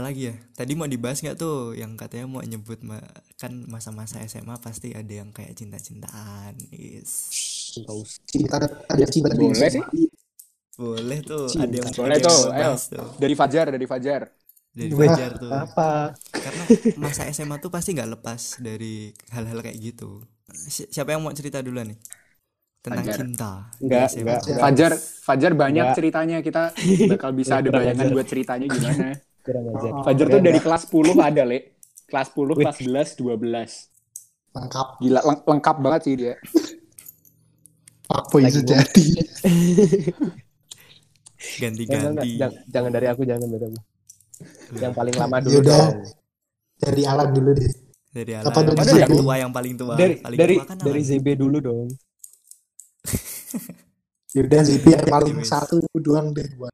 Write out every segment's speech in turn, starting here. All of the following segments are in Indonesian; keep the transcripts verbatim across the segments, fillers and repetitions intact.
lagi ya? Tadi mau dibahas nggak tuh yang katanya mau nyebut ma- kan masa-masa S M A pasti ada yang kayak cinta-cintaan. Is. Enggak usah. Cinta ada cinta di Boleh S M A. sih. Boleh tuh, Cinta. ada yang Boleh ada yang tuh, mau ayo. bahas tuh. Dari Fajar, dari Fajar. Dari Wah, Fajar tuh. apa? Karena masa S M A tuh pasti nggak lepas dari hal-hal kayak gitu. Si- siapa yang mau cerita dulu nih? Tentang Fajar. cinta di Enggak, S M A. enggak. Fajar, Fajar banyak Enggak. ceritanya. Kita bakal bisa ada Kurang bayangan ajar. buat ceritanya gimana. Kurang ajar. Oh, Fajar Oke, tuh dari enggak. kelas sepuluh ada, Le. Kelas sepuluh, Wih. kelas sebelas, dua belas. Lengkap. Gila, leng- lengkap banget sih dia. Fuckboy Lagi sejati. Enggak, enggak, Ganti-ganti. jangan, jangan dari aku, jangan dari aku. Yang paling lama dulu Yaudah. dong. Dari Alan dulu deh. Dari Apa Alan, dari yang Zebe? paling tua, yang paling tua. Dari paling dari tua kan dari Alan. Z B dulu dong. Yaudah Zipi yang paling Yes. satu doang deh buat.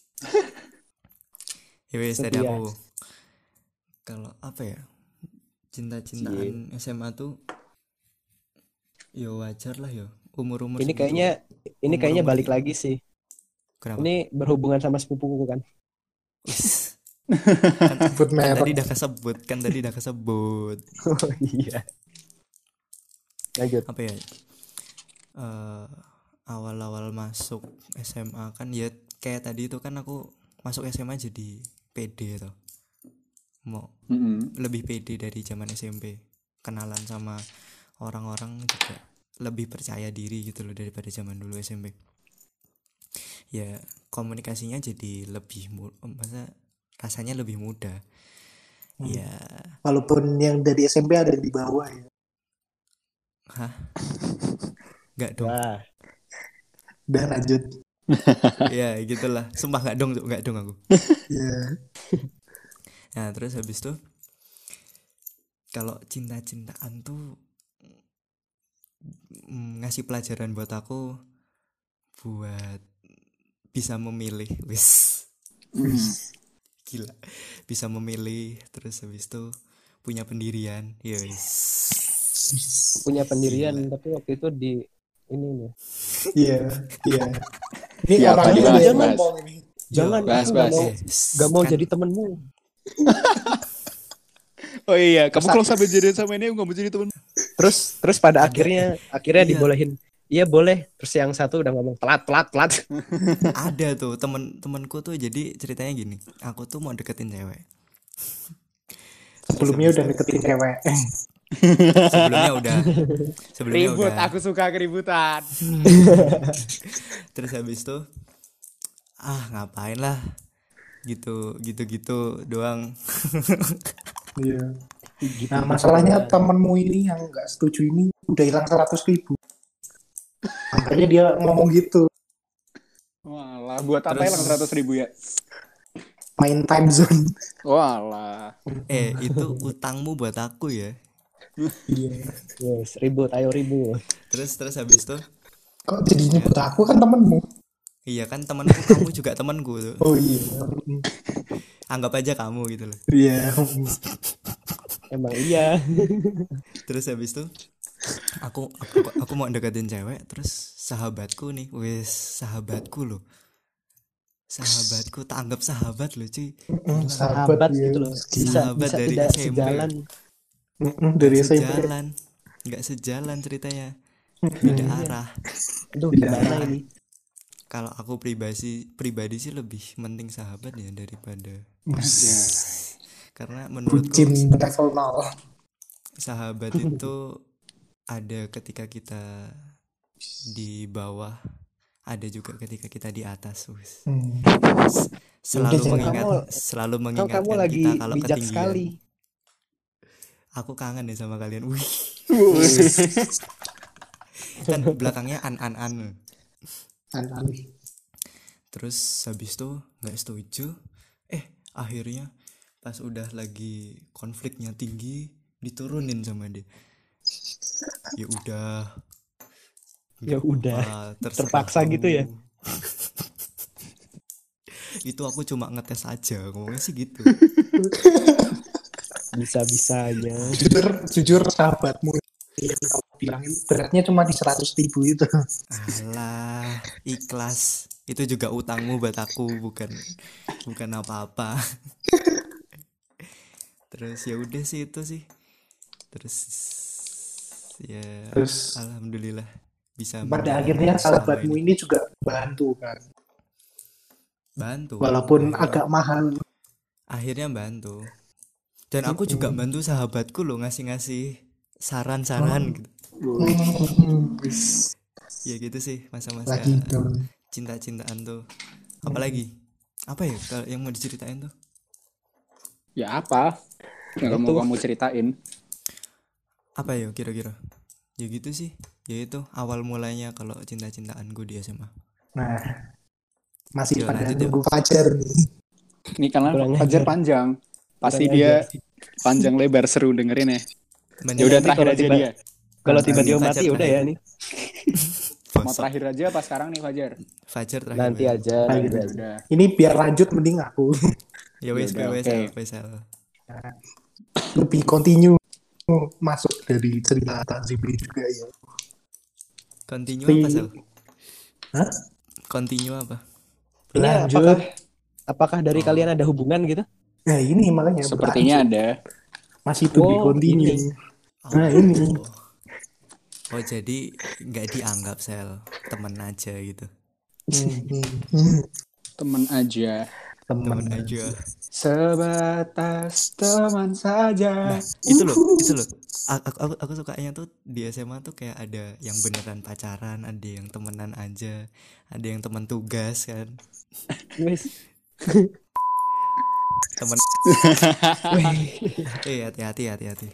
Ya wes dari Setia. aku. Kalau apa ya? Cinta-cintaan S M A tuh ya wajar lah ya. Umur-umur Ini segitu. kayaknya ini kayaknya Umur-umur balik segitu. lagi sih. Kenapa? Ini berhubungan sama sepupuku kan. kan, Sebut kan merek. tadi udah kesebut, kan tadi udah kesebut. Oh iya. Lanjut. Apa ya? Eh, awal-awal masuk S M A kan ya kayak tadi itu kan aku masuk S M A jadi pede tuh. Mau Mm-mm. lebih pede dari zaman S M P. Kenalan sama orang-orang juga lebih percaya diri gitu loh daripada zaman dulu S M P. Ya komunikasinya jadi lebih mu- masa rasanya lebih mudah. Hmm. Ya, Walaupun yang dari S M P ada di bawah ya. hah? Enggak dong. Wah, Udah lanjut. Ya gitulah. Sumpah enggak dong, enggak dong aku. Ya. Nah, terus habis itu kalau cinta-cintaan tuh mm, ngasih pelajaran buat aku buat bisa memilih, wis. Mm. Gila. Bisa memilih terus habis itu punya pendirian. Ya wis. punya pendirian Gila. tapi waktu itu di ini nih. Iya. Iya. Ini Iya, orangnya Pak, dia dibahas, ngomong bahas. ini. Jangan, Yo, bahas, aku nggak bahas. mau eh, nggak mau kan- jadi temenmu. Oh iya, kamu Terus- kalau sampai jadian sama ini, nggak mau jadi temen. Terus terus pada Ada- akhirnya akhirnya iya. dibolehin. Iya boleh. Terus yang satu udah ngomong telat telat telat. ada tuh temen-temenku tuh jadi ceritanya gini. Aku tuh mau deketin cewek. Sebelumnya udah deketin cewek. Eh, Sebelumnya udah. Sebelumnya Ribut, udah. aku suka keributan. Terus habis itu ah ngapain lah gitu gitu gitu doang. iya. Nah masalahnya temenmu ini yang nggak setuju ini udah hilang seratus ribu. Makanya dia ngomong gitu. Walah, buat apa Terus- hilang seratus ribu ya? Main time zone. Walah. Eh itu utangmu buat aku ya. Iya. Yes, ribut, ayo ribut. Terus terus habis itu Kok jadi nyebut aku kan temenmu? iya kan temanku, kamu juga temanku tuh. Oh iya. Anggap aja kamu gitu loh. Iya. Emang iya. Terus habis itu aku aku, aku mau deketin cewek, terus sahabatku nih, wes sahabatku loh. Sahabatku tak anggap sahabat loh cuy. Mm, Sahabat iya. gitu loh. Bisa Sahabat bisa dari tidak S M P. sejalan. Mm-mm, dari Nggak S M P. sejalan, nggak sejalan ceritanya, beda arah. Aduh, Tidak gimana ada. ini? Kalau aku pribadi pribadi sih lebih penting sahabat ya daripada, karena menurutku Bucin level nol. sahabat itu ada ketika kita di bawah, ada juga ketika kita di atas. Wis. Hmm. S- Selalu Kamu- mengingat, selalu Kau mengingatkan kamu lagi kita kalau bijak ketinggian. sekali. Aku kangen ya sama kalian. Wih, kan belakangnya an an an. Aneh. Terus habis itu nggak setuju. Eh akhirnya pas udah lagi konfliknya tinggi diturunin sama dia. Ya udah. Ya Nggak udah. apa-apa, terserah Terpaksa kamu. gitu ya? Itu aku cuma ngetes aja, ngomongnya sih gitu. Bisa-bisanya. Jujur, jujur sahabatmu yang kamu bilangin beratnya cuma di seratus ribu itu. Alah, ikhlas. Itu juga utangmu buat aku, bukan bukan apa-apa. Terus ya udah sih itu sih. Terus ya Terus alhamdulillah bisa pada menjalani akhirnya selama sahabatmu ini. ini juga bantu kan, Bantu. walaupun akhirnya, agak mahal. akhirnya bantu. Dan aku juga Mm-mm. bantu sahabatku loh ngasih-ngasih saran-saran Hmm. gitu. Hmm, wis. Ya gitu sih masa-masa Lagi dong. cinta-cintaan tuh. Apalagi apa ya kalau yang mau diceritain tuh? Ya apa? Yang mau Itu. kamu ceritain. Apa ya kira-kira? Ya gitu sih. Ya itu awal mulanya kalau cinta-cintaanku di S M A. Nah, masih Yo, pada lanjut, nunggu Fajar nih. Ini karena Kurang Fajar ajar. panjang. Pasti Kurang dia ajar. panjang lebar seru dengerin ya. Mending Ya udah nanti terakhir kalau aja tiba- dia. Kalau Nah, tiba-tiba Fajar mati udah terakhir. ya nih. Mau Bosok. terakhir aja apa sekarang nih Fajar? Fajar terakhir. Nanti Fajar. aja, Nah, nanti gitu. aja. Udah. Ini biar lanjut mending aku Ya wes Ya udah, wes oke. wes lebih continue masuk dari cerita Takzibi juga ya. Continue Tapi- apa Sal? Hah? Continue apa? Ini Lanjut. apakah apakah dari Oh. kalian ada hubungan gitu? Nah ini makanya Sepertinya berlanjut. ada. Masih to be Oh, continue. ini. Nah ini Oh jadi nggak dianggap Sel, temen aja gitu. Hmm, hmm, hmm. Temen aja. Temen Temen aja. Sebatas teman saja. Nah itu loh, itu loh. Aku, aku, aku sukanya tuh di S M A tuh kayak ada yang beneran pacaran, ada yang temenan aja, ada yang teman tugas kan, Wes. temen. Eh hati-hati hati-hati.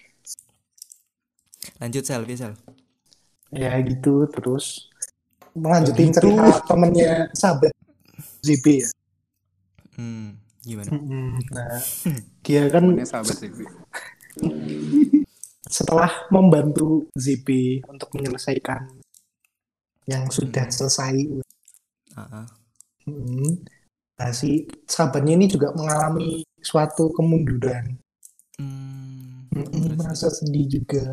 Lanjut Sel, Sel. Ya gitu terus melanjutin Gitu. cerita temennya sahabat Z B ya. Hmm, gimana? Hmm, Nah dia kan Temennya sahabat sih. setelah membantu Z B untuk menyelesaikan yang sudah selesai. Ah, ah. Hmm. Nah si sahabatnya ini juga mengalami suatu kemunduran. Hmm, Hmm, terus, merasa sedih juga,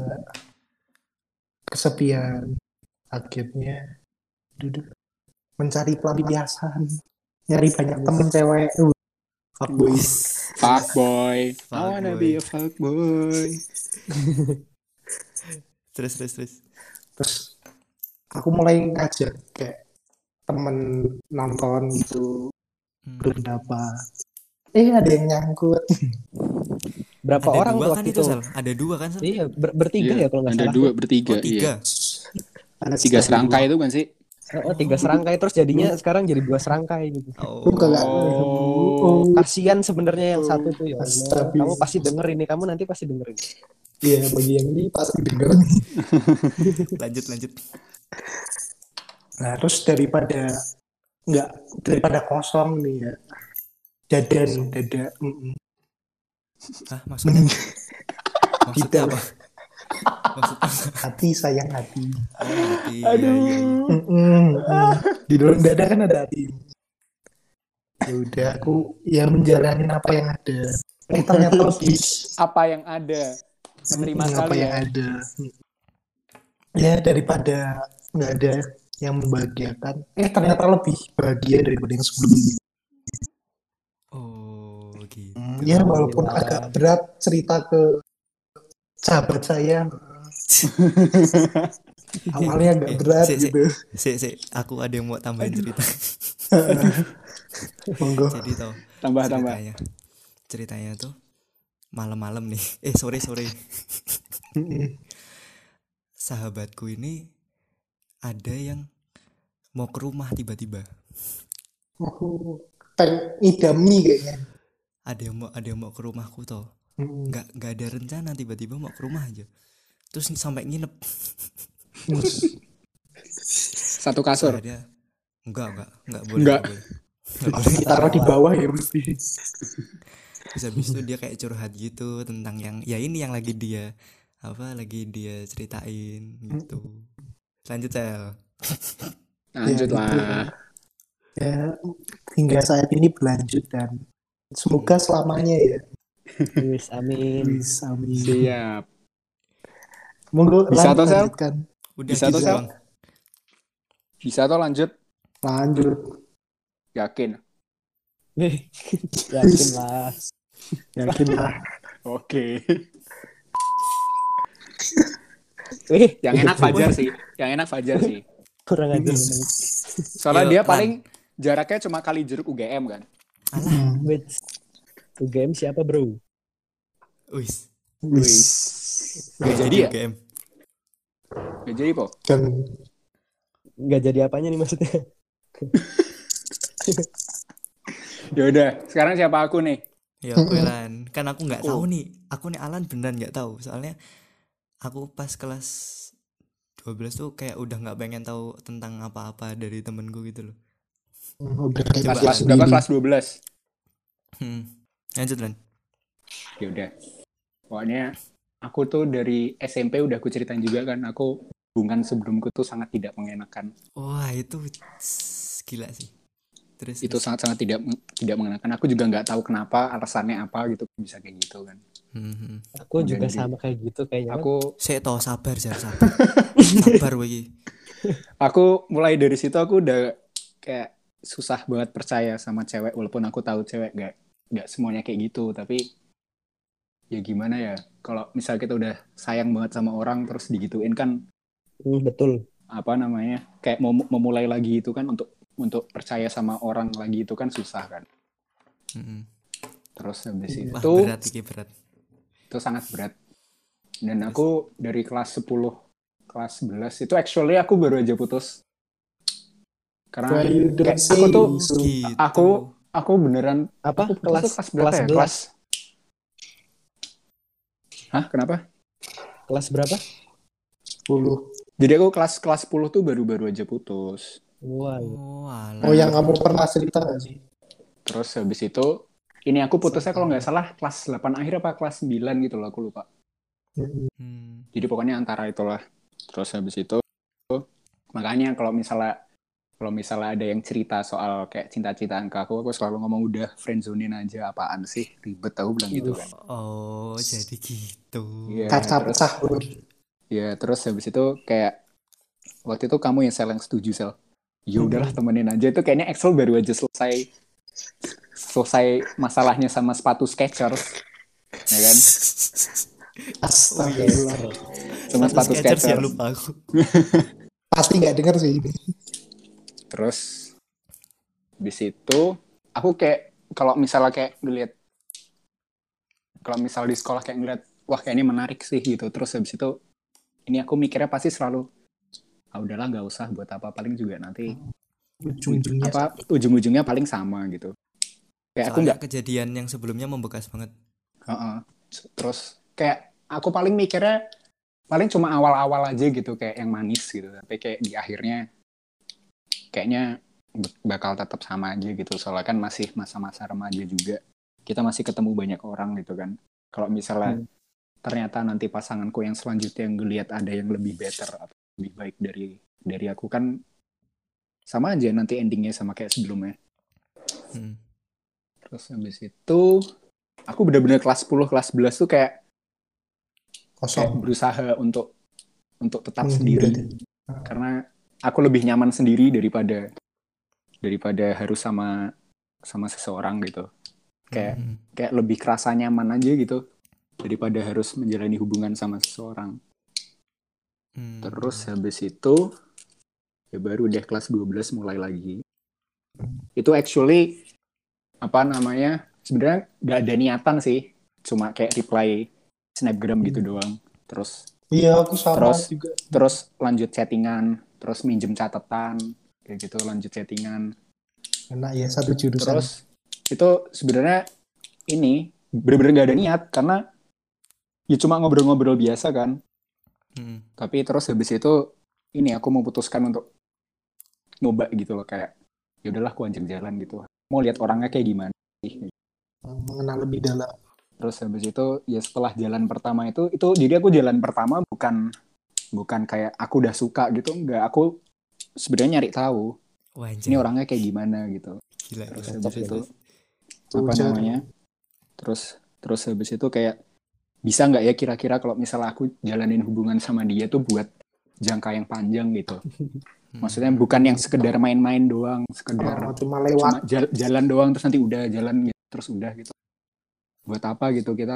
kesepian, akhirnya duduk mencari pelampiasan, nyari banyak temen cewek. Uh, fuckboy. Fuckboy. I Fuckboy. wanna be a fuckboy. terus, terus, terus. Terus aku mulai ngajak kayak temen nonton gitu Hmm. beberapa. Eh ada yang nyangkut. Berapa Ada orang dua tuh kan waktu itu itu? Sal? Ada dua kan Sal? Iya, ber- bertiga Iya, ya kalau nggak ada salah. dua bertiga. Oh tiga. Iya. Ada Tiga satu serangkai dua. itu kan sih? Oh, tiga serangkai terus jadinya sekarang jadi dua serangkai gitu. Oh, Bukan nggak? Oh. Oh, Kasian sebenarnya yang satu tuh ya Allah. Astaga. Kamu pasti denger ini, kamu nanti pasti denger ini. iya bagi yang ini pasti denger. lanjut, lanjut. Nah terus daripada nggak daripada kosong nih ya, dadan dada. mm-mm. Hah, maksudnya? Maksudnya Tidak. apa? Maksudnya Hati sayang hati. oh, hati. Iya, iya, iya. Mm-mm, mm. Di dalam dada kan ada hati. Ya udah aku ya menjalani apa yang ada. Eh ternyata lebih Apa yang ada? Menerima mm, apa kali yang ya. ada. Ya daripada nggak ada yang membahagiakan. Eh ternyata lebih bahagia daripada yang sebelumnya. Oh, gitu. Hmm, ya walaupun Alhamdulillah. agak berat cerita ke sahabat saya. Awalnya agak Eh, berat si, si, gitu. si, si, aku ada yang mau tambahin cerita. Monggo. Jadi tau Tambah-tambah. ceritanya, ceritanya tuh malam-malam nih. Eh sore sore. Mm-mm. Sahabatku ini ada yang mau ke rumah tiba-tiba. Oh, peng idami kayaknya. Ada yang mau ada yang mau ke rumahku toh. Mm-mm. Nggak nggak ada rencana tiba-tiba mau ke rumah aja. Terus sampai nginep. Satu kasur. Akhirnya enggak enggak enggak boleh Enggak. enggak boleh. Nggak boleh. Taruh di bawah ya mesti. Terus habis itu dia kayak curhat gitu tentang yang ya ini yang lagi dia apa lagi dia ceritain gitu. Lanjut Sel. Lanjut Ya, lah. gitu. Ya hingga saat ini berlanjut dan semoga selamanya ya. Wis, amin. Wis, amin. Siap. Monggo Bisa lanjut, toh, Sel? lanjutkan. Udah Bisa gitu tuh, Sel? doang. Bisa tuh lanjut. Lanjut. Yakin. Yakin lah. Yakin lah. Oke. Eh, Yang enak Fajar sih. Yang enak Fajar sih. kurang ajar. Soalnya Yo, dia Lan. paling jaraknya cuma kali jeruk U G M kan. Hmm. Wait. U G M siapa, Bro? Wis. Wis. Gak jadi ya? U G M. Gak jadi po. Dan Nggak jadi apanya nih maksudnya? Ya udah, sekarang siapa aku nih? Ya kowe Lan, kan aku nggak Aku. tahu nih. Aku nih Alan beneran nggak tahu. Soalnya aku pas kelas dua belas tuh kayak udah nggak pengen tahu tentang apa-apa dari temenku gitu loh. udah kayak Coba, Pas biasa kelas Lan. berapa? sendiri. Kelas dua belas. Hmm. Lanjut Lan. Ya udah. Pokoknya aku tuh dari S M P udah aku ceritain juga kan, aku hubungan sebelumku tuh sangat tidak mengenakan. Wah itu tss, gila sih. Terus Itu terus. sangat-sangat tidak tidak mengenakan. Aku juga nggak tahu kenapa, alasannya apa gitu bisa kayak gitu kan. Hmm, hmm. Aku Udah juga jadi. sama kayak gitu kayaknya. Kan? Aku Saya tahu sabar jar sabar. Sabar wegi. aku mulai dari situ aku udah kayak susah banget percaya sama cewek, walaupun aku tahu cewek nggak nggak semuanya kayak gitu, tapi ya gimana ya, kalau misal kita udah sayang banget sama orang terus digituin kan, Hmm, betul. apa namanya, kayak mau memulai lagi itu kan, untuk untuk percaya sama orang lagi itu kan susah kan. Hmm. Terus habis Wah itu berat iki berat. itu sangat berat, dan aku dari kelas sepuluh kelas sebelas itu actually aku baru aja putus karena Why you don't kayak say aku tuh so? Gitu. aku aku beneran Apa? aku putus Kelas tuh kelas berapa kelas ya? sebelas. Kelas Hah, kenapa? Kelas berapa? sepuluh. Jadi aku kelas kelas sepuluh tuh baru-baru aja putus. Wah, iya. Oh alah. Oh yang kamu pernah cerita gak sih? Terus habis itu ini aku putusnya kalau nggak salah kelas delapan akhir apa kelas sembilan gitu loh, aku lupa. Hmm. Jadi pokoknya antara itulah. Terus habis itu makanya kalau misalnya kalau misalnya ada yang cerita soal kayak cinta-cintaan ke aku, aku selalu ngomong udah friendzonein aja, apaan sih ribet, tahu bilang gitu kan. Oh jadi gitu. Iya, Kaca terus pecah bro. ya terus habis itu kayak waktu itu kamu yang sel yang setuju sel. Ya udahlah temenin aja, itu kayaknya Excel baru aja selesai selesai masalahnya sama sepatu Skechers, ya kan? Astagfirullah. Sama sepatu Skechers ya Skechers. lupa aku. Pasti nggak denger sih ini. Terus di situ aku kayak kalau misalnya kayak ngeliat, kalau misal di sekolah kayak ngeliat, wah kayak ini menarik sih gitu. Terus habis itu ini aku mikirnya pasti selalu, ah udahlah nggak usah buat apa, paling juga nanti Ujung-ujungnya apa ujung-ujungnya paling sama gitu. Kayak aku Soalnya nggak, kejadian yang sebelumnya membekas banget. uh-uh. Terus kayak aku paling mikirnya paling cuma awal-awal aja gitu, kayak yang manis gitu. Tapi kayak di akhirnya kayaknya bakal tetap sama aja gitu. Soalnya kan masih masa-masa remaja juga. Kita masih ketemu banyak orang gitu kan. Kalau misalnya Hmm. ternyata nanti pasanganku yang selanjutnya yang ngelihat ada yang lebih better atau lebih baik dari dari aku, kan sama aja nanti endingnya sama kayak sebelumnya. Hmm. Terus habis itu aku benar-benar kelas sepuluh kelas sebelas tuh kayak kayak kosong. berusaha untuk untuk tetap Hmm, sendiri, berarti. karena aku lebih nyaman sendiri daripada daripada harus sama sama seseorang gitu. Kayak Hmm. kayak lebih kerasa nyaman aja gitu daripada harus menjalani hubungan sama seseorang. Hmm. Terus habis itu ya baru deh kelas dua belas mulai lagi. Itu actually apa namanya, sebenarnya nggak ada niatan sih, cuma kayak reply snapgram gitu doang. Terus Iya aku sama Terus- juga. terus lanjut chattingan, terus minjem catatan kayak gitu, lanjut chattingan. Enak ya satu jurusan. Terus itu sebenarnya ini bener-bener gak ada niat, karena ya cuma ngobrol-ngobrol biasa kan. Hmm. Tapi terus habis itu ini aku memutuskan untuk nyoba gitu loh, kayak ya udahlah aku ajak jalan gitu. Mau lihat orangnya kayak gimana sih. Mengenal lebih dalam. Terus habis itu ya setelah jalan pertama itu itu jadi aku jalan pertama bukan bukan kayak aku udah suka gitu, enggak, aku sebenarnya nyari tahu Wah, anjay. ini orangnya kayak gimana gitu. Gila. Terus gila. habis itu apa Ujar. namanya? Terus terus habis itu kayak bisa nggak ya kira-kira kalau misalnya aku jalanin hubungan sama dia tuh buat jangka yang panjang gitu. Hmm. Maksudnya bukan yang sekedar main-main doang, sekedar Oh, cuma cuma lewat. jal- jalan doang terus nanti udah jalan gitu, terus udah gitu. Buat apa gitu kita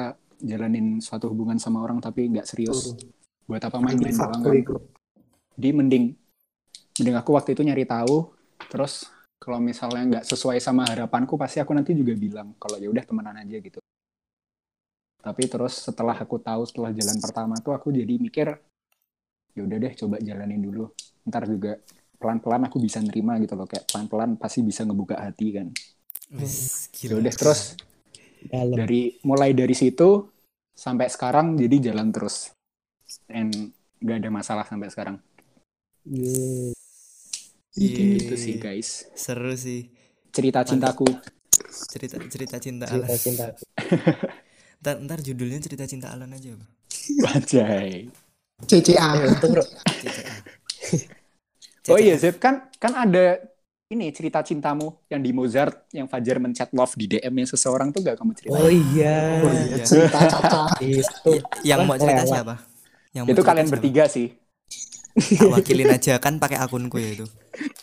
jalanin suatu hubungan sama orang tapi nggak serius. Buat apa Ini main-main doang fuckboy kan? club. Jadi mending mending aku waktu itu nyari tahu, terus kalau misalnya nggak sesuai sama harapanku pasti aku nanti juga bilang kalau ya udah temenan aja gitu. Tapi terus setelah aku tahu setelah jalan pertama tuh aku jadi mikir ya udah deh coba jalanin dulu. Ntar juga pelan-pelan aku bisa nerima gitu loh, kayak pelan-pelan pasti bisa ngebuka hati kan. Wis, Ya gila. udah terus Dalam. dari mulai dari situ sampai sekarang jadi jalan terus. And nggak ada masalah sampai sekarang. Yeay. Iya, Gitu sih guys. seru sih Cerita cintaku. cerita cerita cinta Cerita Alan. cinta. Ntar, ntar judulnya cerita cinta Alan aja, Bang. Bajai. C C A. Eh, untung bro. C C A. Oh C C A. iya Zep, kan kan ada ini cerita cintamu yang di Mozart yang Fajar menchat love di D M-nya seseorang tuh gak kamu cerita? Oh iya. Oh iya, cerita Caca. Itu. Yang Apa? mau cerita Lewat. siapa? Yang mau Itu cerita kalian siapa? bertiga sih. Tak wakilin aja kan pakai akunku ya itu.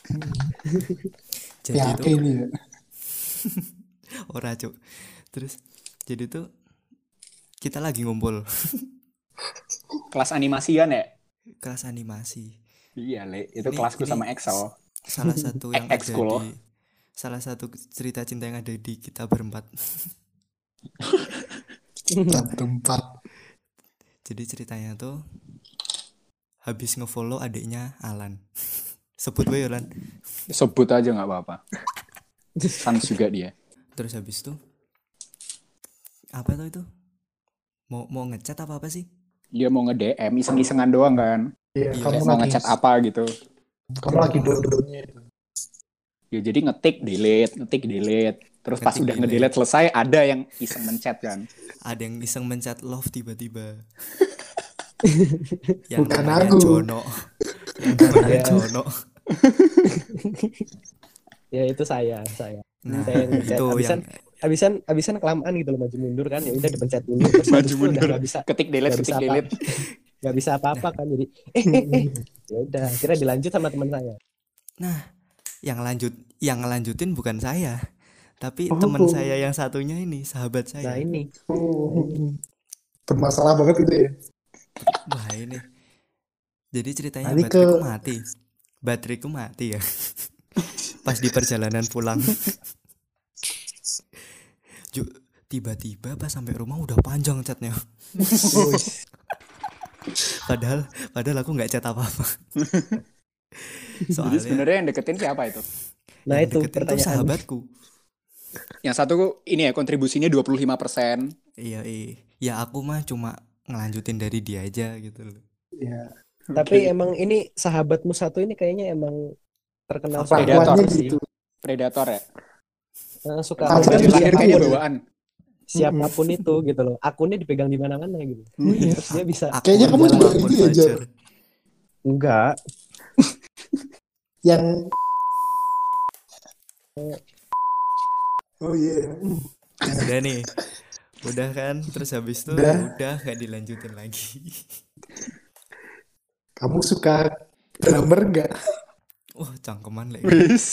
Jadi Ya, itu ini ya. ora cuk. Terus jadi tuh kita lagi ngumpul Kelas animasian ya? kelas animasi. Iya, Le. Itu Ini- kelasku ini sama Excel. Salah satu yang ada Ekskul. di salah satu cerita cinta yang ada di kita berempat. Tempat. Jadi ceritanya tuh habis ngefollow adiknya Alan. Sebut gue Alan. Sebut aja gak apa-apa. Sans juga dia. Terus habis itu apa tuh itu? Mau mau ngechat apa apa sih? Dia mau nge-D M, iseng-isengan doang kan. Iya, Iya, kamu Kayak mau lagi ngechat apa gitu. kamu lagi dodo-dodonya itu. Ya jadi ngetik, delete, ngetik, delete. Terus pas Ngetik, udah delete. nge-delete selesai, ada yang iseng menchat kan. Ada yang iseng menchat love tiba-tiba. Yang Bukan namanya aku. Jono. Yang namanya Iya. Jono. Ya itu saya, saya. Nah, Saya yang ngechat. itu Abisan, yang abisan, abisan kelamaan gitu loh maju mundur kan. Ya udah dipencet dulu. Terus Maju habis itu udah mundur. nggak bisa, Ketik, delete, nggak ketik, bisa apa, delete. nggak bisa apa-apa kan. Jadi eh eh eh. Ya udah, akhirnya dilanjut sama teman saya. Nah, yang lanjut yang ngelanjutin bukan saya, tapi Oh. teman saya yang satunya ini, sahabat Nah saya. ini. Oh. Bermasalah banget itu ya. Wah, ini. Jadi ceritanya Ini bateraiku ke- mati. Bateraiku mati ya. Pas di perjalanan pulang. Ju- tiba-tiba pas sampai rumah udah panjang chatnya. Padahal padahal aku nggak chat apa-apa. Jadi Soalnya sebenarnya yang deketin siapa itu? Nah yang itu deketin tuh pertanyaan. sahabatku. Yang satu ini ya kontribusinya dua puluh lima persen. Iya, iya. Ya aku mah cuma ngelanjutin dari dia aja gitu loh. Iya. Tapi emang ini sahabatmu satu ini kayaknya emang terkenal Predator Kelakuannya sih. gitu. Predator ya. Eh, suka Kalau Dari kan lahir siapa kayaknya ya? bawaan. siapapun itu gitu loh. Akunnya dipegang di mana-mana gitu. Iya. Terus dia bisa Aku Kayaknya kamu adalah juga akun gitu ya, Jar. Fajar. enggak. Yang Oh iya. Udah nih. Udah kan, terus habis itu Udah. udah gak dilanjutin lagi. Kamu suka drummer nggak? Wah, cangkeman lagi. Wis.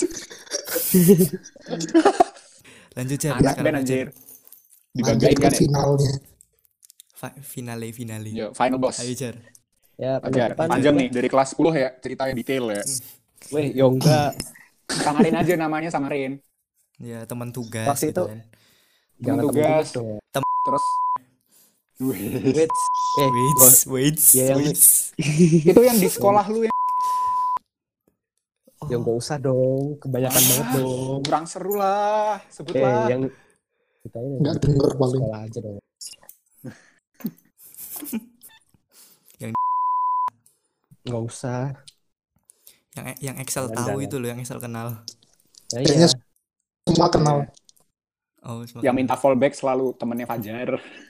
Lanjut Jar, Anak sekarang band aja. anjir. Lanjut Dibanggain ke kan ya. finalnya. Fa- finale finale. Yo, final boss. Ayo Jar. Ya Ajar, penutupan panjang gitu. nih dari kelas sepuluh ya, ceritanya detail ya. Weh, yo enggak. Samarin aja namanya, samarin. Ya, teman tugas Waktu gitu itu- kan. Jangan tugas. tugas dong. Terus Wih. Wait. Eh, Wait, bos. wait, Ya, yang- wait. Itu yang di sekolah lu yang Ya enggak usah dong, kebanyakan Ah. banget dong. kurang seru lah, Eh, sebutlah. yang kita ini Nggak denger paling. sekolah aja dong. Yang- Nggak usah. Yang yang Excel Jangan, tahu jangan. itu loh, yang Excel kenal. Nah, Kayaknya iya. semua kenal. Oh, semua Yang kenal. minta fallback selalu temennya Fajar.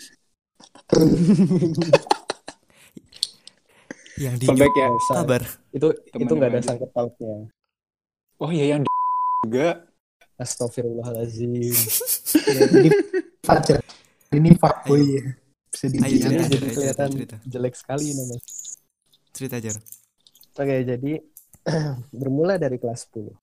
Yang di Fallback ya. Nggak usah. kabar. Itu Temen itu nggak ada aja. sangkut pautnya. Oh iya yang di- juga. Astagfirullahaladzim. Ya, ini Fajar. Ini fuckboy ya. Bisa Ayo, dibilang. Ini cerita, jadi cerita, kelihatan cerita. jelek sekali namanya. Cerita Jar. Oke, jadi bermula dari kelas sepuluh.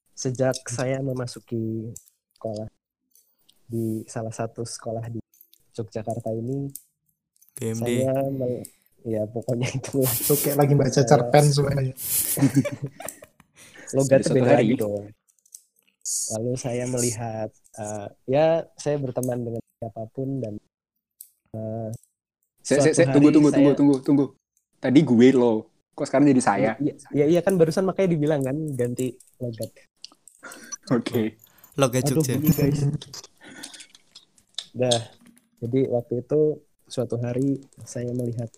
Sejak saya memasuki sekolah di salah satu sekolah di Yogyakarta ini B M D. saya mel- ya pokoknya itu Itu kayak lagi baca cerpen sebenarnya. logat Suatu beda hari. lagi dong. Lalu saya melihat eh, ya saya berteman dengan siapapun dan eh, Se, se, suatu se, tunggu, hari tunggu, tunggu, saya- tunggu, tunggu. Tadi gue loh. Kok sekarang jadi saya? Iya, iya, iya kan barusan makanya dibilang kan ganti logat. Oke. Logat Aduh, Jogja. bunyi, guys. Dah, jadi waktu itu suatu hari saya melihat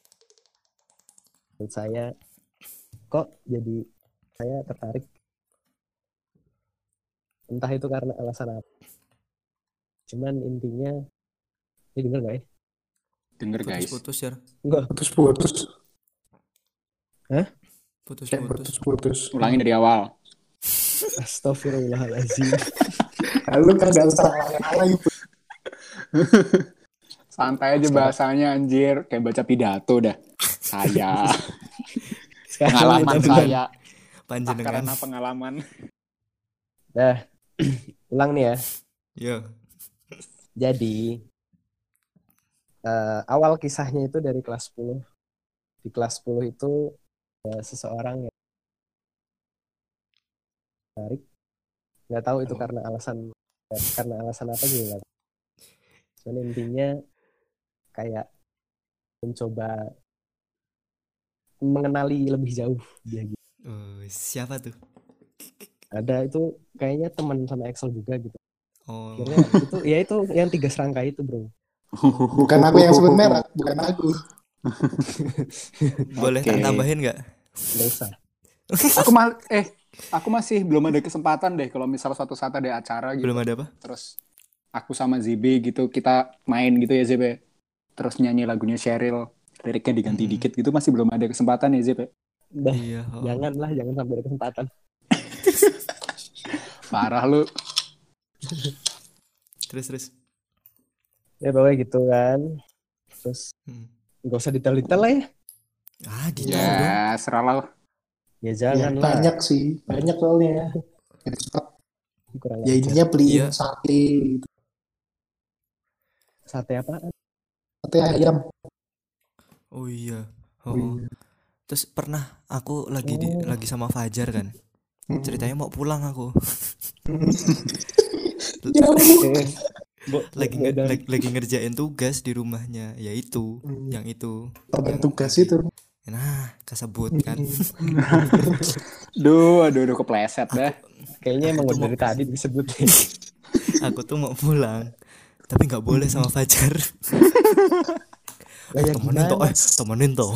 dan saya kok jadi saya tertarik. Entah itu karena alasan apa. Cuman intinya ini denger nggak ya? Denger guys. Putus-putus ya. Enggak. Putus-putus. Kayak Putus-putus. putus-putus. Ulangin dari awal. Astagfirullahaladzim. Lalu kan gak usah alay-alay. Santai aja bahasanya anjir. Kayak baca pidato dah. Saya. Sekarang Pengalaman kita saya. Panjenengan. Karena pengalaman. Dah, ulang nih ya. Yo. Jadi eh, awal kisahnya itu dari kelas sepuluh. Di kelas sepuluh itu ada seseorang yang menarik. Nggak tahu itu Oh. karena alasan karena alasan apa juga nggak tahu. Cuman intinya kayak mencoba mengenali lebih jauh dia gitu. Oh, siapa tuh? Ada itu kayaknya teman sama Excel juga gitu. Oh. Akhirnya itu ya itu yang tiga serangkai itu bro. Bukan aku yang sebut merek, bukan aku. Boleh Oke. tak tambahin nggak? Nggak usah. Aku mal eh aku masih belum ada kesempatan deh kalau misal suatu saat ada acara gitu. Belum ada apa? Terus aku sama Z B gitu kita main gitu ya Z B. Terus nyanyi lagunya Cheryl, liriknya diganti Hmm. dikit gitu masih belum ada kesempatan ya Z B. Dah, Iya. oh. janganlah jangan sampai ada kesempatan. Parah lu. Terus terus. Ya pokoknya gitu kan. Terus Hmm. nggak usah detail-detail lah ya. Ah, detail dong. Ya, serah lah. Ya Ya, jangan lah. banyak sih, banyak soalnya. Kurang Ya ajar. ininya beliin Iya. sate, gitu. Sate apa? Sate ayam. Oh iya. Oh. Terus pernah aku lagi di, Oh. lagi sama Fajar kan. Ceritanya mau pulang aku. Ya, Eh, bo- lagi, bo- nge- dan- lagi lagi ngerjain tugas di rumahnya, yaitu Hmm. yang itu. teman Yang tugas lagi- itu. Nah, kesebut kan. Duh, aduh, aduh kepleset dah. Kayaknya emang Itu udah dari mau- tadi disebut. Aku tuh mau pulang, tapi nggak boleh sama Fajar. Lah, ya temenin toh, gimana? eh, temenin toh.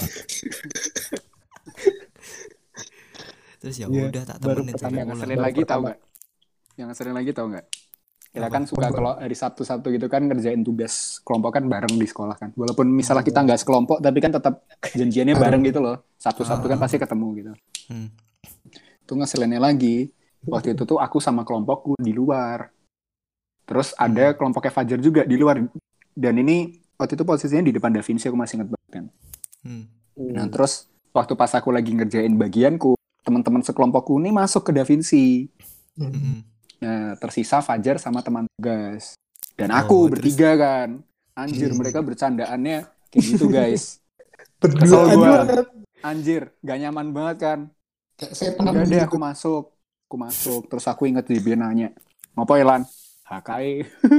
Terus ya Iya, udah tak baru temenin pertama sampai Yang pulang. ngeselin Baru lagi tau pertama. nggak? Yang ngeselin lagi tau nggak? Kita Apa? kan suka kalau hari Sabtu-Sabtu gitu kan ngerjain tugas kelompok kan bareng di sekolah kan. Walaupun misalnya kita nggak sekelompok, tapi kan tetap janjiannya bareng gitu loh. Sabtu-Sabtu kan pasti ketemu gitu. Hmm. Tuh ngeselinnya lagi. Waktu itu tuh aku sama kelompokku di luar. Terus ada kelompoknya Fajar juga di luar. Dan ini waktu itu posisinya di depan Da Vinci, aku masih inget banget kan. Hmm. Nah terus waktu pas aku lagi ngerjain bagianku, teman-teman sekelompokku ini masuk ke Da Vinci. Hmm. Nah tersisa Fajar sama teman tugas. Dan Oh, aku terus? bertiga kan. Anjir Hmm. mereka bercandaannya kayak gitu guys. Berdua Kesel aja gua. banget. Anjir gak nyaman banget kan. Kayak setan Udah deh gitu. aku masuk. Aku masuk. Terus aku inget dia nanya. Ngopo Elan? H K I.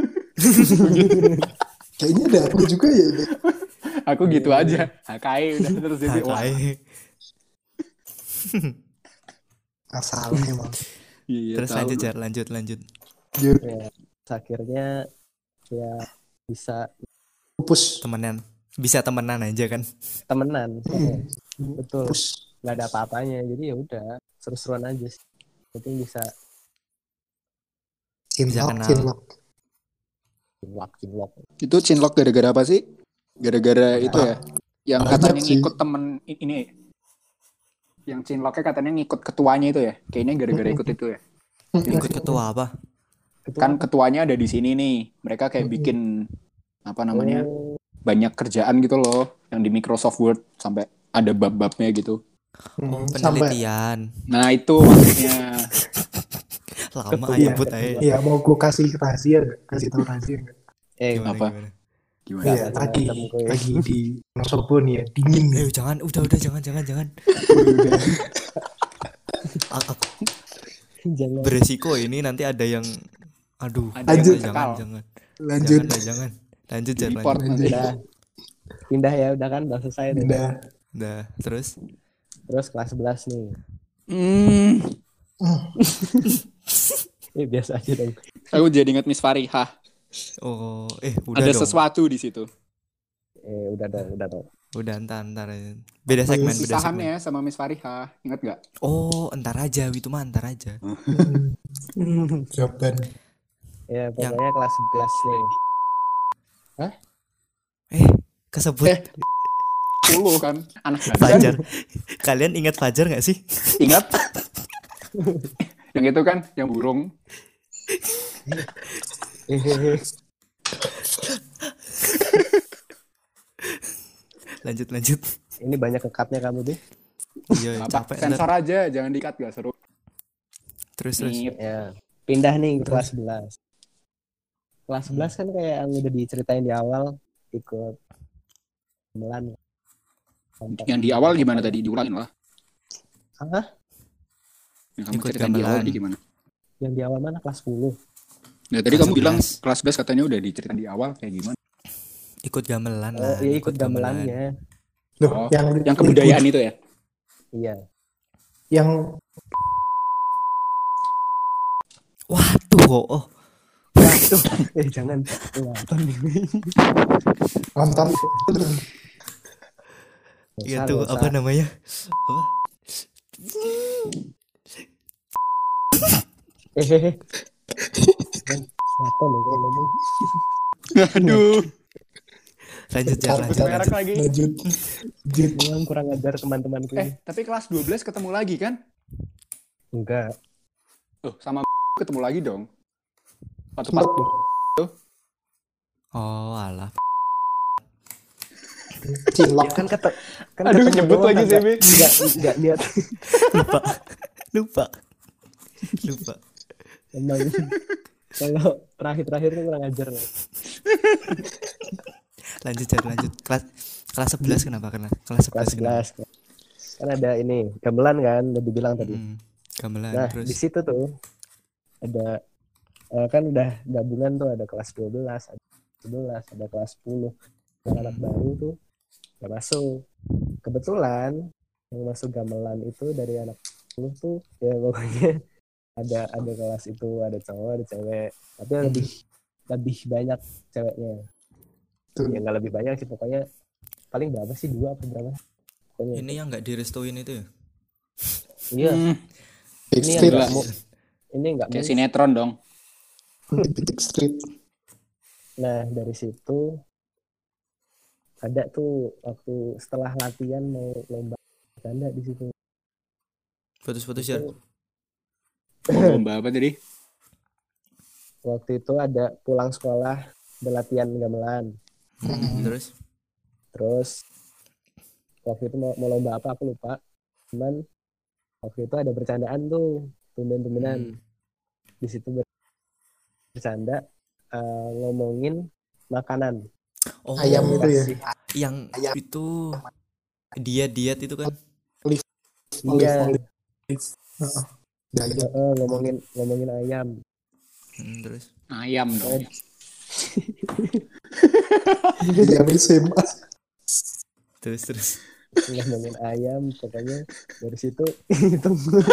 Kayaknya ada aku juga ya. Dek. Aku gitu aja. H K I udah terus jadi wah. Hakai. Asalnya emang. Iya, Terus tahu. lanjut Jar, lanjut lanjut. Jur, Ya, akhirnya ya bisa pupus. Temenan. Bisa temenan aja kan. temenan. Hmm. Betul. Pupus. Nggak ada apa-apanya. Jadi ya udah seru-seruan aja sih. Itu bisa Bisa Cinlok, kenal. cinlok. cinlok cinlok. Itu cinlok gara-gara apa sih? Gara-gara itu ya? Yang Banyak katanya sih. ngikut temen i- ini. Yang cinloknya katanya ngikut ketuanya itu ya? Kayaknya gara-gara ikut itu ya? Ikut ketua apa? Ketua Kan ketuanya ada di sini nih. Mereka kayak bikin apa namanya? Oh, Banyak kerjaan gitu loh. Yang di Microsoft Word sampai ada bab-babnya gitu. Oh, Hmm, sampai penelitian. Nah itu maksudnya. Lama Ketua. aja but aja. ya mau gue kasih rahasia nggak? Kasih tahu rahasia nggak? eh Gimana, Apa? gimana? Gimana? Nggak Iya, tadi macam-macam gue. lagi di Wonosobo nih ya, dingin nih. Eh jangan, udah udah jangan jangan jangan. A- aku Jangan. beresiko ini nanti ada yang aduh. Ada Lanjut. jangan jangan jangan. Lanjut. Jangan lah, jangan. Lanjut Di Jar, report lanjut. nanti. Udah pindah ya, udah kan, udah selesai tuh. Udah. Udah, terus Terus kelas sebelas nih. Hmm, Eh biasa aja dong. aku jadi ingat Miss Farihah. oh eh udah Ada dong. sesuatu di situ. Eh udah dong, udah dong. Udah entar entar. Beda segmen, beda Pisahan segmen. ya sama Miss Farihah. Ingat gak? Oh, entar aja, itu mah entar aja. Jawaban. Ya pokoknya kelas sebelas nih. Eh, kesebut Eh. Puluh kan. Anak gadis. Fajar. Kalian ingat Fajar nggak sih? Ingat? Yang itu kan, yang burung. Lanjut lanjut. Ini banyak kekatnya kamu deh. Iya, Apa? capek. Sensor ntar. aja, jangan dikat, gak seru. Terus terus. Nip. Ya, pindah nih ke kelas sebelas. Kelas sebelas kan kayak yang udah diceritain di awal, ikut gamelan. Yang di awal gimana tadi? Diulangin lah. Hah? Yang kamu Ikut ceritain di awal gamelan. tadi gimana? Yang di awal mana? Kelas sepuluh. Nah, tadi Kelas kamu bilang sebelas. kelas sebelas katanya udah diceritain di awal kayak gimana? Ikut gamelan Oh, lah. iya ikut gamelannya. Loh, Oh, yang Yang kebudayaan itu ya? Iya. yang Waduh, oh, oh. Waduh, eh jangan nonton nih. nonton Iya Nggak tuh usah, apa nggak usah. namanya? Apa? Eh, eh, eh. Kan, nonton nih kalau ngomong. Aduh. Lanjut Jar, Bentar, lanjut bentar. Merek lanjut. lagi. lanjut. Lanjut. Memang kurang ajar teman-temanku ini. Eh, tapi kelas dua belas ketemu lagi kan? Enggak. Tuh, sama ketemu lagi dong. Satu Sempet pas. loh. Oh, alah. Cilok. Ya kan kata kan Aduh, ketemu nyebut doang, lagi, kagak- Zebe. Enggak enggak niat. Lupa. Lupa. Lupa. Emang kalau terakhir-terakhir tuh kurang ajar nih. Lanjut Jar, lanjut. Kelas kelas sebelas kenapa? Kelas kelas Kelas sebelas kenapa? sebelas. Kan ada ini, gamelan kan, udah dibilang tadi. Mm, gamelan Nah, terus. di situ tuh ada eh, kan udah gabungan tuh, ada kelas dua belas, ada sebelas, ada kelas sepuluh. Yang anak baru tuh gak masuk. Kebetulan yang masuk gamelan itu dari anak sepuluh tuh ya pokoknya ada ada kelas itu ada cowok, ada cewek. Tapi yang lebih lebih banyak ceweknya. Tuh. Ya nggak lebih banyak sih, pokoknya paling berapa sih, dua apa berapa? Pokoknya Ini yang nggak direstuin itu ya? iya. Hmm, Big Ini yang Street. nggak mau, ini nggak kayak mau. sinetron dong. Big Street. Nah dari situ ada tuh waktu setelah latihan mau lomba bercanda di situ. Putus-putus Jar. Itu Mau lomba apa tadi? waktu itu ada pulang sekolah, ada latihan gamelan. Hmm, terus Terus waktu itu mau, mau lomba apa aku lupa. Cuman waktu itu ada bercandaan tuh, tumben-tumbenan. Hmm. Di situ ber- bercanda eh, ngomongin makanan. Oh, Ayam itu ya. Kasih- yang Ayam. itu diet-diet itu kan? Iya, Olive. Heeh. Daya. eh, ngomongin ngomongin ayam. Hmm, terus Ayam dong. Dia S M A. terus terus. ngomongin ayam, pokoknya dari situ itu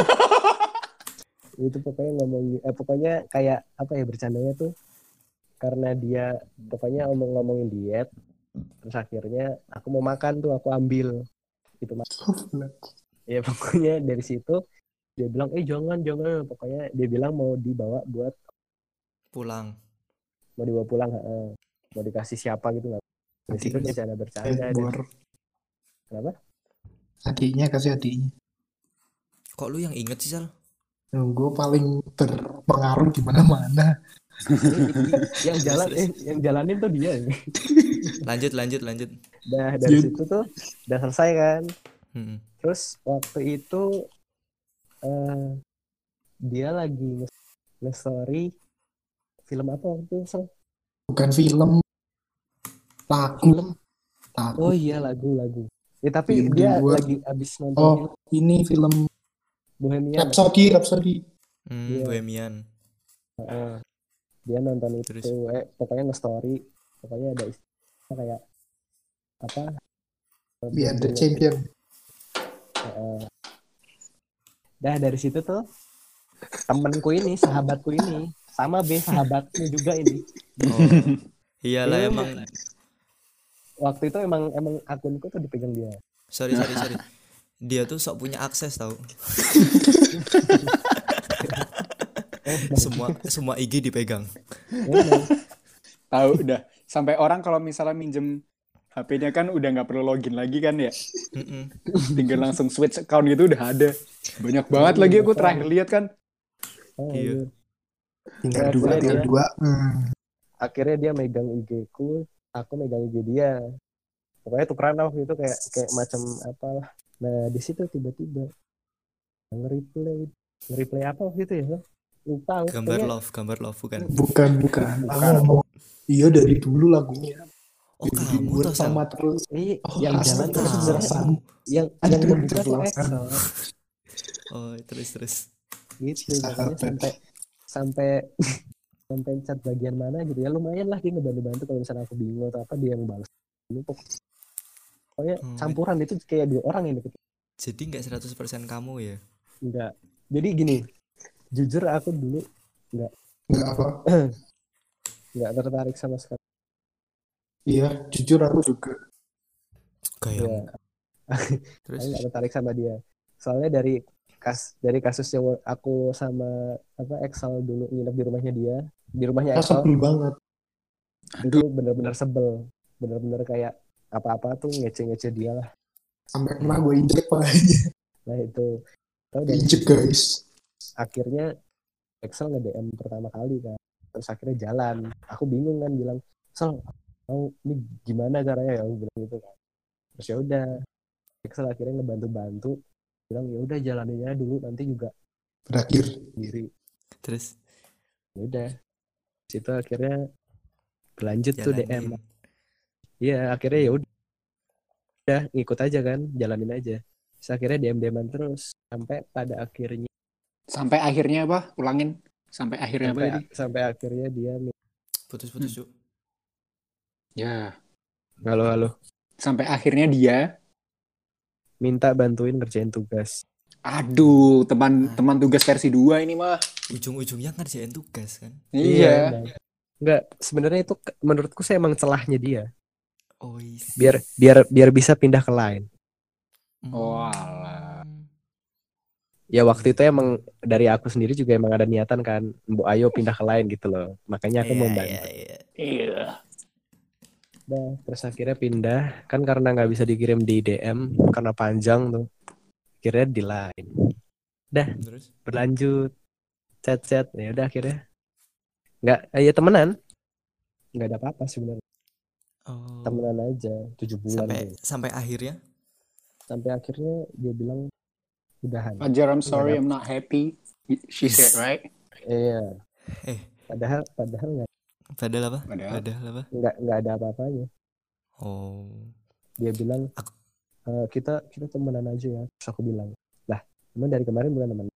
itu pokoknya ngomongin eh, pokoknya kayak apa ya, bercandanya tuh karena dia pokoknya ngomong-ngomongin diet, terus akhirnya aku mau makan tuh, aku ambil itu ya. Pokoknya dari situ dia bilang eh jangan jangan, pokoknya dia bilang mau dibawa buat Pulang. mau dibawa pulang, heeh. Mau dikasih siapa gitu nggak. Dari situ Terus? bercanda bercanda dan Bor. kenapa Adiknya kasih adiknya. Kok lu yang inget sih Sal? Gue paling berpengaruh di mana-mana. yang jalan Terus, eh yang jalanin tuh dia. Lanjut lanjut lanjut. Dah dari Yud. situ tuh udah selesai kan. Hmm. Terus waktu itu eh dia lagi nge- nge-story film apa waktu itu, Sal? Bukan film. Lagu. Lagu. Oh iya lagu-lagu. Ya tapi Film dia di luar. lagi abis nonton Oh, film ini film Bohemian. Rhapsody, Rhapsody. Hmm, Iya. Bohemian. Heeh. Dia nonton itu, Terus? eh, pokoknya nge-story, pokoknya ada istilah kayak apa? We are the Bohemian. champion. Heeh. Dah dari situ tuh temenku ini, sahabatku ini, sama B sahabatku juga ini. Oh, iyalah Dia emang. Waktu itu emang emang akunku tuh dipegang dia. Sorry sorry sorry. Dia tuh sok punya akses tau. semua semua I G dipegang. Emang. Tahu udah. Sampai orang kalau misalnya minjem H P-nya kan udah nggak perlu login lagi kan ya. Mm-mm. Tinggal langsung switch account gitu udah ada. Banyak banget lagi aku terakhir lihat kan. Oh, Iya. iya. Tinggal Akhirnya dua, tinggal dia- dua. Hmm. Akhirnya dia megang I G-ku, aku megang I G dia. Pokoknya tukeran waktu itu kayak kayak macam apalah. Nah di situ tiba-tiba nge-replay, nge-replay apa waktu itu ya? Lupa. aku. Gambar Kayaknya- love, gambar love bukan. Bukan, bukan. Aku Bukan. ngomong, iya dari dulu lagunya. Oh kamu Dibuat tuh Sal. sama terus. Eh, Oh, yang astaga, jalan tuh kamu. sebenarnya yang Ada yang membuka tuh kejelasan. Excel Oh terus terus. gitu. Si Makanya sahabat. sampai sampai sampai chat bagian mana gitu ya lumayan lah dia ngebantu-bantu kalau misalnya aku bingung atau apa dia yang balas. Ini pokok- pokoknya Hmm. campuran itu kayak dua orang ini. Jadi nggak seratus persen kamu ya? Enggak. Jadi gini, jujur aku dulu Enggak apa. nggak tertarik sama sekali. Iya, jujur aku juga. Kayak. Ya, Terus. aku nggak tertarik sama dia. Soalnya dari kas dari kasusnya aku sama apa Excel dulu nginep di rumahnya dia, di rumahnya Kita Excel sebel banget. itu benar-benar sebel, benar-benar kayak apa-apa tuh ngece-ngece dia lah. Sampai pernah gue injek palanya. Nah itu tahu dari Injek situ, guys. akhirnya Excel nge-D M pertama kali kan, terus akhirnya jalan. Aku bingung kan bilang, Sel, mau ini gimana caranya ya? Aku bilang gitu kan. Terus ya udah, Excel akhirnya ngebantu-bantu, bilang ya udah jalaninnya dulu nanti juga Berakhir. sendiri. Terus. Ya udah, situ akhirnya berlanjut tuh D M. Jalanin. Iya akhirnya ya udah, udah ngikut aja kan, jalanin aja. Terus akhirnya D M D M-an terus sampai pada akhirnya Sampai akhirnya apa? Ulangin. Sampai akhirnya apa sampai, tadi? sampai akhirnya dia Putus-putus yuk. Ya. halo halo Sampai akhirnya dia. minta bantuin ngerjain tugas. Aduh, teman teman tugas versi dua ini mah. Ujung-ujungnya ngerjain tugas kan. Iya. emang. Enggak, sebenarnya itu ke- menurutku saya emang celahnya dia. Oh is. Biar biar biar bisa pindah ke lain. Oh, alah. Ya waktu itu emang dari aku sendiri juga emang ada niatan kan, Mbok ayo pindah ke lain gitu loh. Makanya aku Iya, mau iya, bantu. iya. Iya. Nah, terus akhirnya pindah kan karena nggak bisa dikirim di D M karena panjang tuh. Akhirnya di line. Terus. Berlanjut chat-chat ya udah akhirnya nggak eh, ya temenan. Nggak ada apa-apa sebenarnya. Oh. Temenan aja tujuh bulan Sampai tuh. sampai akhirnya. Sampai akhirnya dia bilang udahan. Fajar, I'm sorry, I'm not happy. She said, right? Iya. Eh. Padahal padahal nggak Padahal apa? Padahal. Padahal apa? nggak nggak ada apa-apanya. Oh. Dia bilang Aku- "Eh, kita kita temenan aja ya." Terus aku bilang, lah emang dari kemarin bukan teman.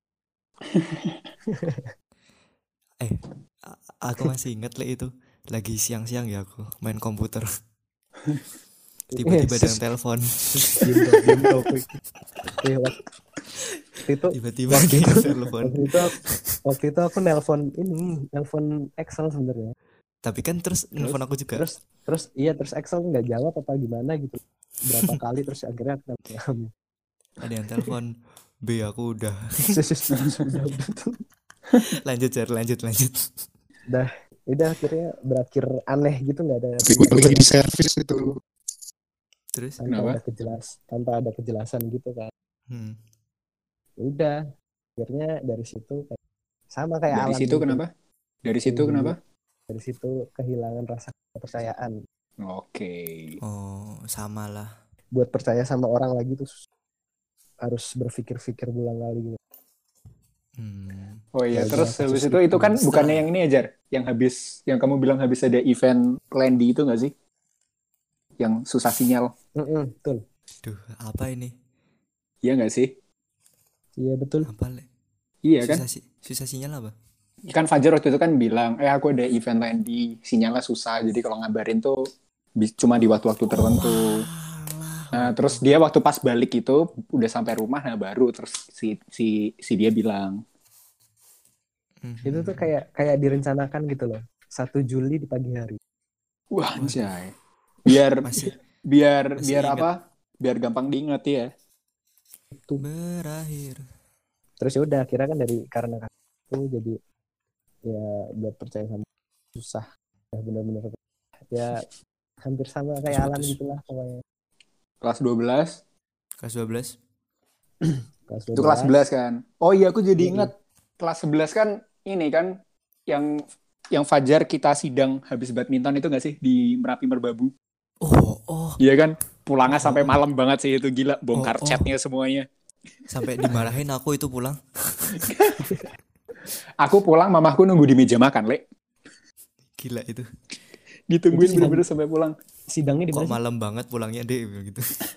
Eh, a- aku masih inget le itu lagi siang-siang ya aku main komputer. Tiba-tiba ada yang telepon. Gitu, gitu. Eh, waktu itu Tiba-tiba Waktu ada yang itu- telepon. waktu itu aku, waktu itu aku nelpon ini nelpon Excel sebenarnya. Tapi kan terus nelfon aku juga. Terus terus iya terus Excel nggak jawab apa gimana gitu. Berapa kali terus akhirnya aku nelpon kamu. Ada yang telepon. B aku udah. Udah, udah tuh. Lanjut Jar, lanjut lanjut. Udah akhirnya berakhir aneh gitu nggak ada Tapi gue lagi di servis itu. Terus. tanpa Kenapa? ada kejelas tanpa ada kejelasan gitu kan. Hmm. Ya udah akhirnya dari situ kayak sama kayak Dari Alan situ gitu. kenapa? Dari situ Dulu. kenapa? Dari situ kehilangan rasa kepercayaan. Oke. Oh, sama lah. Buat percaya sama orang lagi tuh harus berpikir-pikir berulang kali gitu. Hmm. Oh iya, Ya, terus udah, habis kasus itu itu. itu kan Setelah- bukannya yang ini aja, yang habis yang kamu bilang habis ada event Landy itu nggak sih? yang susah sinyal. Mm-mm, betul. Duh, apa ini? Iya nggak sih? Iya betul. Apa le? Iya kan? Susah si susah sinyal apa? Kan Fajar waktu itu kan bilang, eh aku ada event lain di sinyalnya susah, jadi kalau ngabarin tuh bi- cuma di waktu-waktu tertentu. Walah. Nah, terus dia waktu pas balik itu udah sampai rumah, nah baru terus si si si dia bilang, Mhm. Itu tuh kayak kayak direncanakan gitu loh. satu Juli di pagi hari. wah anjay, biar Masih biar masih biar ingat. apa? Biar gampang diingat ya. Itu. berakhir. Terus ya udah akhirnya kan dari karena itu jadi ya buat percaya sama susah. Ya benar-benar ya hampir sama kayak Alan Putus. gitulah pokoknya. Kelas dua belas, Kelas dua belas. Kelas itu kelas sebelas kan. Oh iya, aku jadi Iya. ingat kelas sebelas kan ini kan yang yang Fajar kita sidang habis badminton itu nggak sih di Merapi Merbabu? Oh, oh, Iya kan? Pulangnya Oh, sampai oh. malam banget sih itu, gila, bongkar Oh, oh. chatnya semuanya. Sampai dimarahin aku itu pulang. Aku pulang, mamaku nunggu di meja makan, Le. Gila itu. Ditungguin Itu sidang- bener-bener sampai pulang. Sidangnya di Kok mana sih? malam banget pulangnya deh gitu.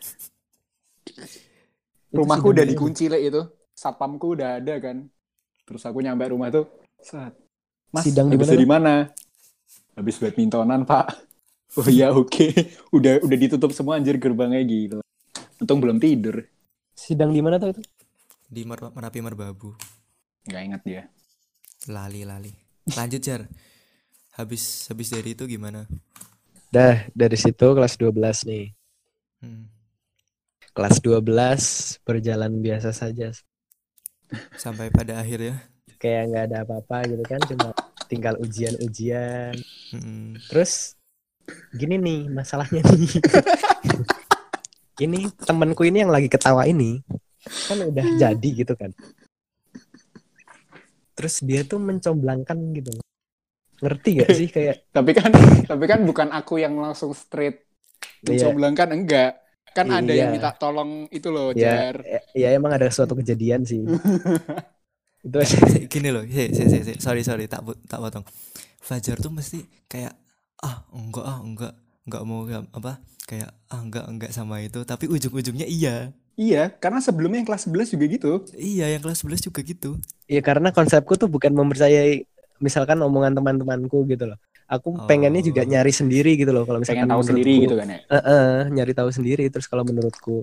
Itu Rumahku udah sidangnya- dikunci, Le, itu. Satpamku udah ada kan. Terus aku nyampe rumah tuh, saat Mas, Sidang di habis mana, dari mana? Habis badmintonan, Pak. Oh iya, oke. Udah udah ditutup semua anjir gerbangnya, gitu. Untung belum tidur. Sidang di mana tuh itu? Di Mer- Merapi Merbabu. Nggak ingat dia. Lali-lali. Lanjut, Jar. Habis habis dari itu gimana? Dah, dari situ kelas dua belas nih. Hmm. Kelas dua belas berjalan biasa saja. Sampai pada akhirnya. Kayak nggak ada apa-apa gitu kan, cuma tinggal ujian-ujian. Hmm. Terus gini nih masalahnya nih. Ini temanku ini yang lagi ketawa ini kan udah jadi gitu kan. Terus dia tuh mencomblangkan gitu. Ngerti gak sih kayak Tapi kan tapi kan bukan aku yang langsung straight Iya. mencomblangkan, enggak. Kan ada Iya. yang minta tolong itu loh, ya, Jar. ya, ya emang ada suatu kejadian sih. Itu aja. Gini loh, si, si, si, si. sorry sorry tak pu- tak potong. Fajar tuh mesti kayak ah enggak ah enggak enggak mau ya, apa kayak ah enggak enggak sama itu, tapi ujung-ujungnya iya. Iya, karena sebelumnya yang kelas sebelas juga gitu. Iya, yang kelas sebelas juga gitu. Ya karena konsepku tuh bukan mempercayai misalkan omongan teman-temanku gitu loh. Aku Oh. pengennya juga nyari sendiri gitu loh kalau misalkan Pengen tahu sendiri menurutku- gitu kan ya. Eh, eh, nyari tahu sendiri. Terus kalau menurutku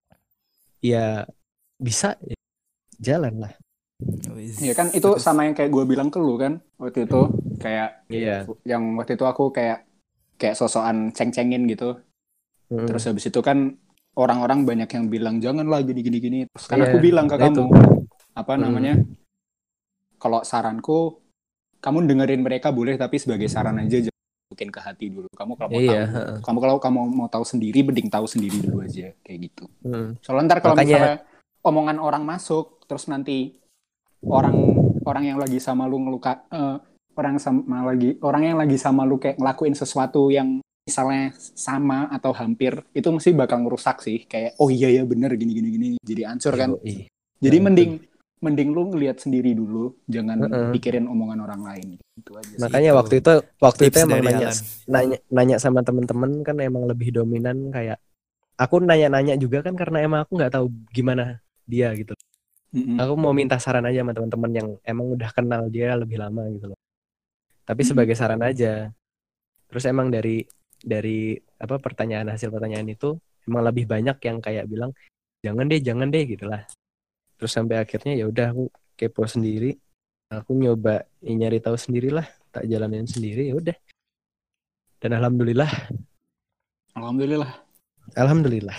ya bisa ya, jalan lah. Wis. Iya kan itu Terus- sama yang kayak gue bilang ke lu kan waktu itu, kayak Iya. yang waktu itu aku kayak kayak sosokan ceng-cengin gitu. Mm. Terus habis itu kan orang-orang banyak yang bilang janganlah gini-gini gini. Terus kan Iya, aku bilang ke nah kamu itu. apa Hmm. namanya? Kalau saranku kamu dengerin mereka boleh, tapi sebagai saran aja, jangan masukin ke hati dulu. Kamu kalau mau Iya, tahu, heeh. kamu kalau kamu mau tahu sendiri, mending tahu sendiri dulu aja kayak gitu. Mm. Soalnya ntar kalau Makanya- misalnya omongan orang masuk, terus nanti orang orang yang lagi sama lu ngeluka, eh, orang sama lagi orang yang lagi sama lu kayak ngelakuin sesuatu yang misalnya sama atau hampir, itu mesti bakal ngerusak sih. Kayak oh iya ya bener gini gini gini, jadi hancur kan. Yoi. Jadi Nah, mending mending lu ngelihat sendiri dulu, jangan Heeh. pikirin omongan orang lain. Itu aja sih. Makanya Itu waktu itu waktu itu tips emang dari nanya, Alan. nanya nanya sama temen-temen kan emang lebih dominan kayak aku nanya-nanya juga kan karena emang aku nggak tahu gimana dia gitu. Mm-mm. Aku mau minta saran aja sama teman-teman yang emang udah kenal dia lebih lama gitu loh. Tapi Mm-mm. sebagai saran aja. Terus emang dari dari apa pertanyaan hasil pertanyaan itu emang lebih banyak yang kayak bilang jangan deh jangan deh gitulah. Terus sampai akhirnya ya udah aku kepo sendiri. Aku nyoba ya, nyari tahu sendirilah, tak jalanin sendiri ya udah. Dan alhamdulillah, Alhamdulillah. alhamdulillah.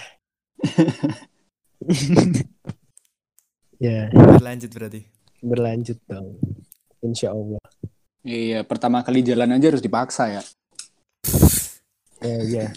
Ya, Berlanjut berarti. berlanjut dong. Insya Allah. Iya, pertama kali jalan aja harus dipaksa ya. Ya, ya.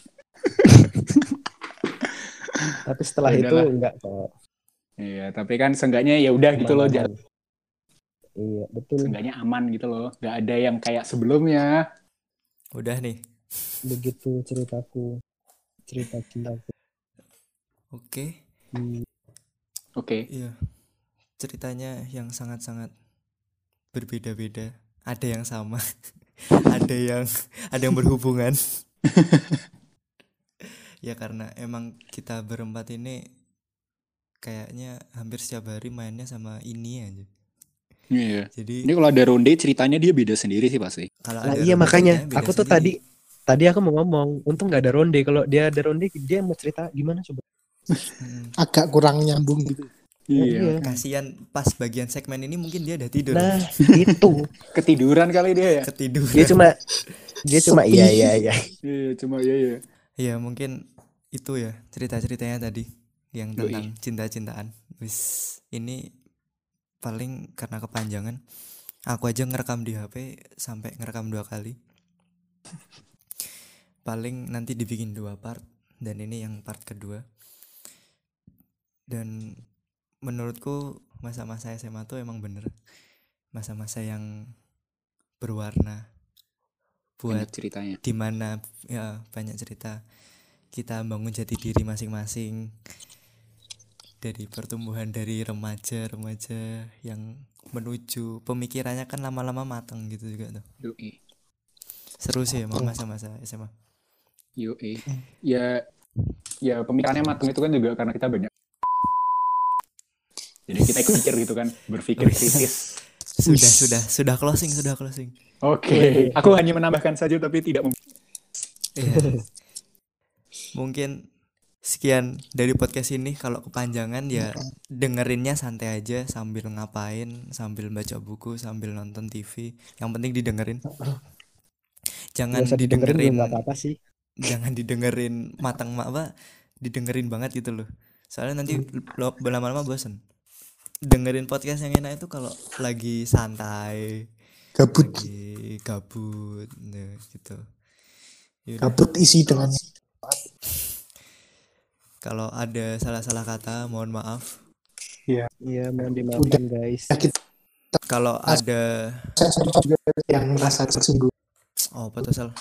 Tapi setelah Ya itu udahlah. enggak kok. Iya, tapi kan seenggaknya ya udah gitu loh, Aman-aman. jalan. Iya, betul. Seenggaknya aman gitu loh. Nggak ada yang kayak sebelumnya. Udah nih. Begitu ceritaku. Cerita cintaku. Oke. Hmm, Oke. Iya. Ceritanya yang sangat-sangat berbeda-beda. Ada yang sama. ada yang ada yang berhubungan. Ya karena emang kita berempat ini kayaknya hampir setiap hari mainnya sama ini aja. Iya. Jadi Ini kalau ada ronde ceritanya dia beda sendiri sih pasti. kalau Nah ada iya ronde makanya ceritanya beda aku tuh sendiri. tadi tadi aku mau ngomong, untung nggak ada ronde. Kalau dia ada ronde, dia mau cerita gimana coba? Mm. Agak kurang nyambung gitu. Iya. Kasihan pas bagian segmen ini mungkin dia udah tidur. Nah itu Ketiduran kali dia ya. Ketiduran. dia cuma dia cuma Sepi. iya iya iya. Iya, cuma iya ya. Ya mungkin itu ya cerita-ceritanya tadi yang Yoi. tentang cinta-cintaan. Wis ini paling karena kepanjangan. Aku aja ngerekam di H P sampai ngerekam dua kali. Paling nanti dibikin dua part dan ini yang part kedua. Dan menurutku masa-masa S M A tuh emang bener masa-masa yang berwarna buat Banyak ceritanya. dimana ya banyak cerita kita bangun jati diri masing-masing dari pertumbuhan dari remaja-remaja yang menuju pemikirannya kan lama-lama matang gitu juga tuh. Yoi. Seru sih emang masa-masa S M A. Yoi. Ya ya pemikirannya matang itu kan juga karena kita banyak. Jadi kita ikut mikir gitu kan, berpikir kritis. Sudah sudah sudah closing sudah closing. Oke, aku hanya menambahkan saja tapi tidak mem- Iya. Mungkin sekian dari podcast ini. Kalau kepanjangan ya dengerinnya santai aja sambil ngapain, sambil baca buku, sambil nonton T V. Yang penting didengerin. Jangan Nggak usah didengerin didengerin, juga nggak apa-apa sih. jangan didengerin matang mak apa, didengerin banget gitu loh. Soalnya nanti lo lama-lama bosen. Dengerin podcast yang enak itu kalau lagi santai, Gabut. lagi gabut, nah, gitu. Yaudah. Gabut isi dengan Kalau ada salah-salah kata mohon maaf. Iya mohon dimaafkan guys. ya kita Kalau ada sensor juga yang merasa tersinggung. oh apa tuh Sal?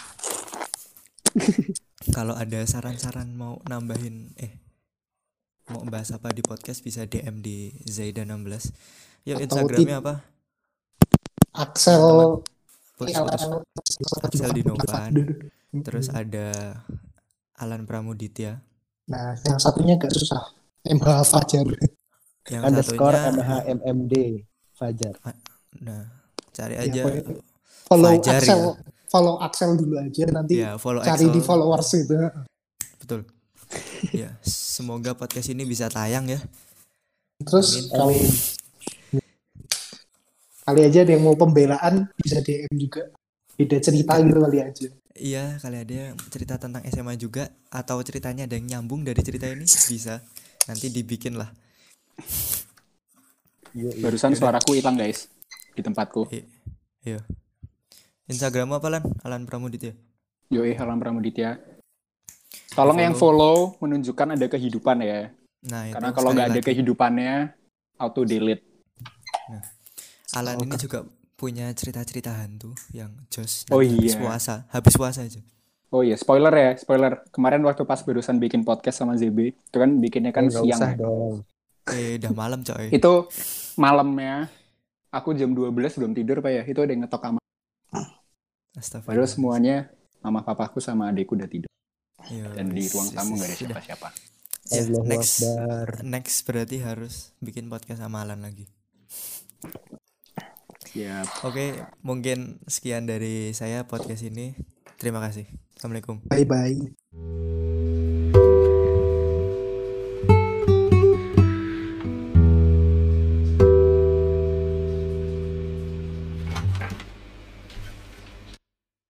Kalau ada saran-saran mau nambahin eh mau bahas apa di podcast bisa D M di Zaida enam belas. Yuk Atau Instagramnya tit- apa? Axel Putus, putus. Axel Dinovan. Terus ada Alan Pramuditya. Nah, yang satunya agak susah. M H Fajar. Yang Underscore satunya M H M M D Fajar. nah cari Ya, aja pokoknya follow Fajar Axel, ya. follow Axel dulu aja nanti Ya, follow cari Axel. di followers itu. Betul. Ya, semoga podcast ini bisa tayang ya. Terus Amin. kalau kali aja ada yang mau pembelaan bisa D M juga. Beda cerita gitu kali aja. Iya, kali ada cerita tentang S M A juga atau ceritanya ada yang nyambung dari cerita ini bisa. Nanti dibikin lah. Barusan suaraku hilang guys di tempatku. I- Iya. Instagram apa Lan? Alan Pramuditya. Yoi Alam Pramuditya. Tolong yang follow menunjukkan ada kehidupan ya. Nah, itu Karena kalau sekali nggak ada lagi. kehidupannya auto delete. Alan ini juga punya cerita-cerita hantu yang jos. Oh Nanti habis iya. puasa, habis puasa aja. Oh iya, spoiler ya, spoiler. Kemarin waktu pas barusan bikin podcast sama Z B, itu kan bikinnya kan Nggak siang usah ya. dong. Eh, udah malam coy. Itu malamnya aku jam dua belas belum tidur Pak ya. Itu ada yang ngetok kamar. Astagfirullah. Padahal semuanya mama papaku sama adekku udah tidur. Iya, Dan di wis, ruang wis, tamu wis, nggak ada sudah. siapa-siapa. Ya, Allahu next Akbar. next berarti harus bikin podcast sama Alan lagi. Ya, Oke, mungkin sekian dari saya podcast ini. Terima kasih. Assalamualaikum. Bye bye.